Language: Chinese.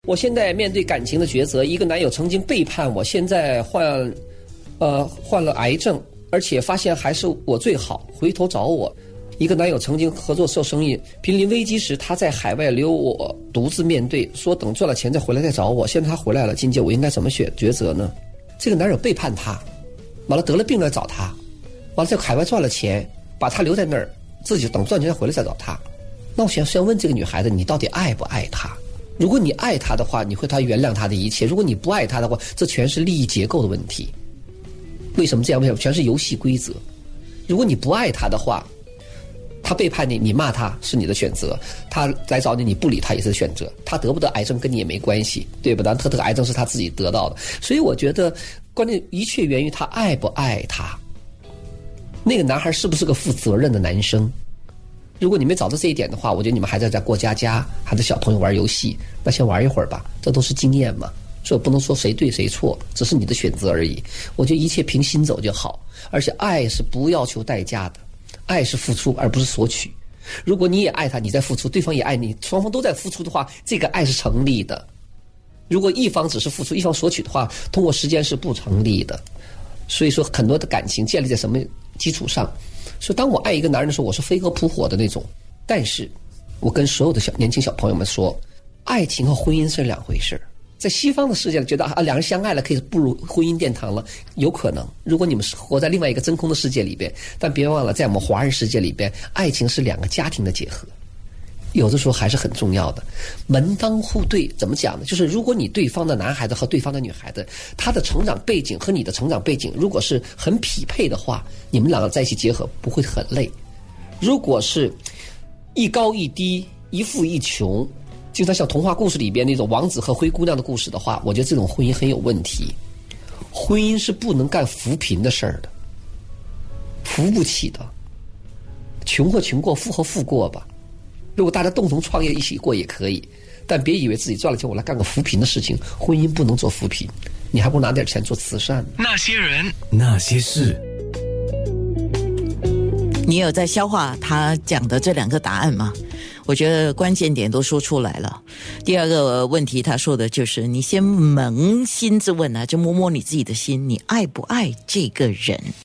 我现在面对感情的抉择，一个男友曾经背叛我，现在患了癌症，而且发现还是我最好，回头找我。一个男友曾经合作做生意，濒临危机时他在海外留我独自面对，说等赚了钱再回来再找我。现在他回来了，金姐，我应该怎么抉择呢？这个男友背叛他，完了得了病来找他，完了在海外赚了钱，把他留在那儿，自己等赚钱再回来再找他。那我先问这个女孩子，你到底爱不爱他？如果你爱他的话，你会他原谅他的一切；如果你不爱他的话，这全是利益结构的问题。为什么这样？为什么全是游戏规则？如果你不爱他的话，他背叛你，你骂他是你的选择；他来找你，你不理他也是选择。他得不得癌症跟你也没关系，对吧？他得癌症是他自己得到的，所以我觉得关键一切源于他爱不爱他。那个男孩是不是个负责任的男生？如果你没找到这一点的话，我觉得你们还在过家家，还在小朋友玩游戏，那先玩一会儿吧，这都是经验嘛。所以不能说谁对谁错，只是你的选择而已。我觉得一切凭心走就好，而且爱是不要求代价的。爱是付出而不是索取。如果你也爱他，你在付出，对方也爱你，双方都在付出的话，这个爱是成立的。如果一方只是付出，一方索取的话，通过时间是不成立的。所以说很多的感情建立在什么基础上？所以当我爱一个男人的时候，我是飞蛾扑火的那种。但是我跟所有的年轻小朋友们说，爱情和婚姻是两回事。在西方的世界觉得两人相爱了可以步入婚姻殿堂了，有可能。如果你们是活在另外一个真空的世界里边，但别忘了，在我们华人世界里边，爱情是两个家庭的结合，有的时候还是很重要的。门当户对怎么讲呢？就是如果你对方的男孩子和对方的女孩子，他的成长背景和你的成长背景如果是很匹配的话，你们两个在一起结合不会很累。如果是一高一低，一富一穷，经常像童话故事里边那种王子和灰姑娘的故事的话，我觉得这种婚姻很有问题。婚姻是不能干扶贫的事儿的，扶不起的。穷和穷过，富和富过吧。如果大家共同创业一起过也可以，但别以为自己赚了钱我来干个扶贫的事情。婚姻不能做扶贫，你还不如拿点钱做慈善呢。 那些人，那些事。 你有在消化他讲的这两个答案吗？我觉得关键点都说出来了。第二个问题他说的就是你先扪心自问啊，就摸摸你自己的心，你爱不爱这个人？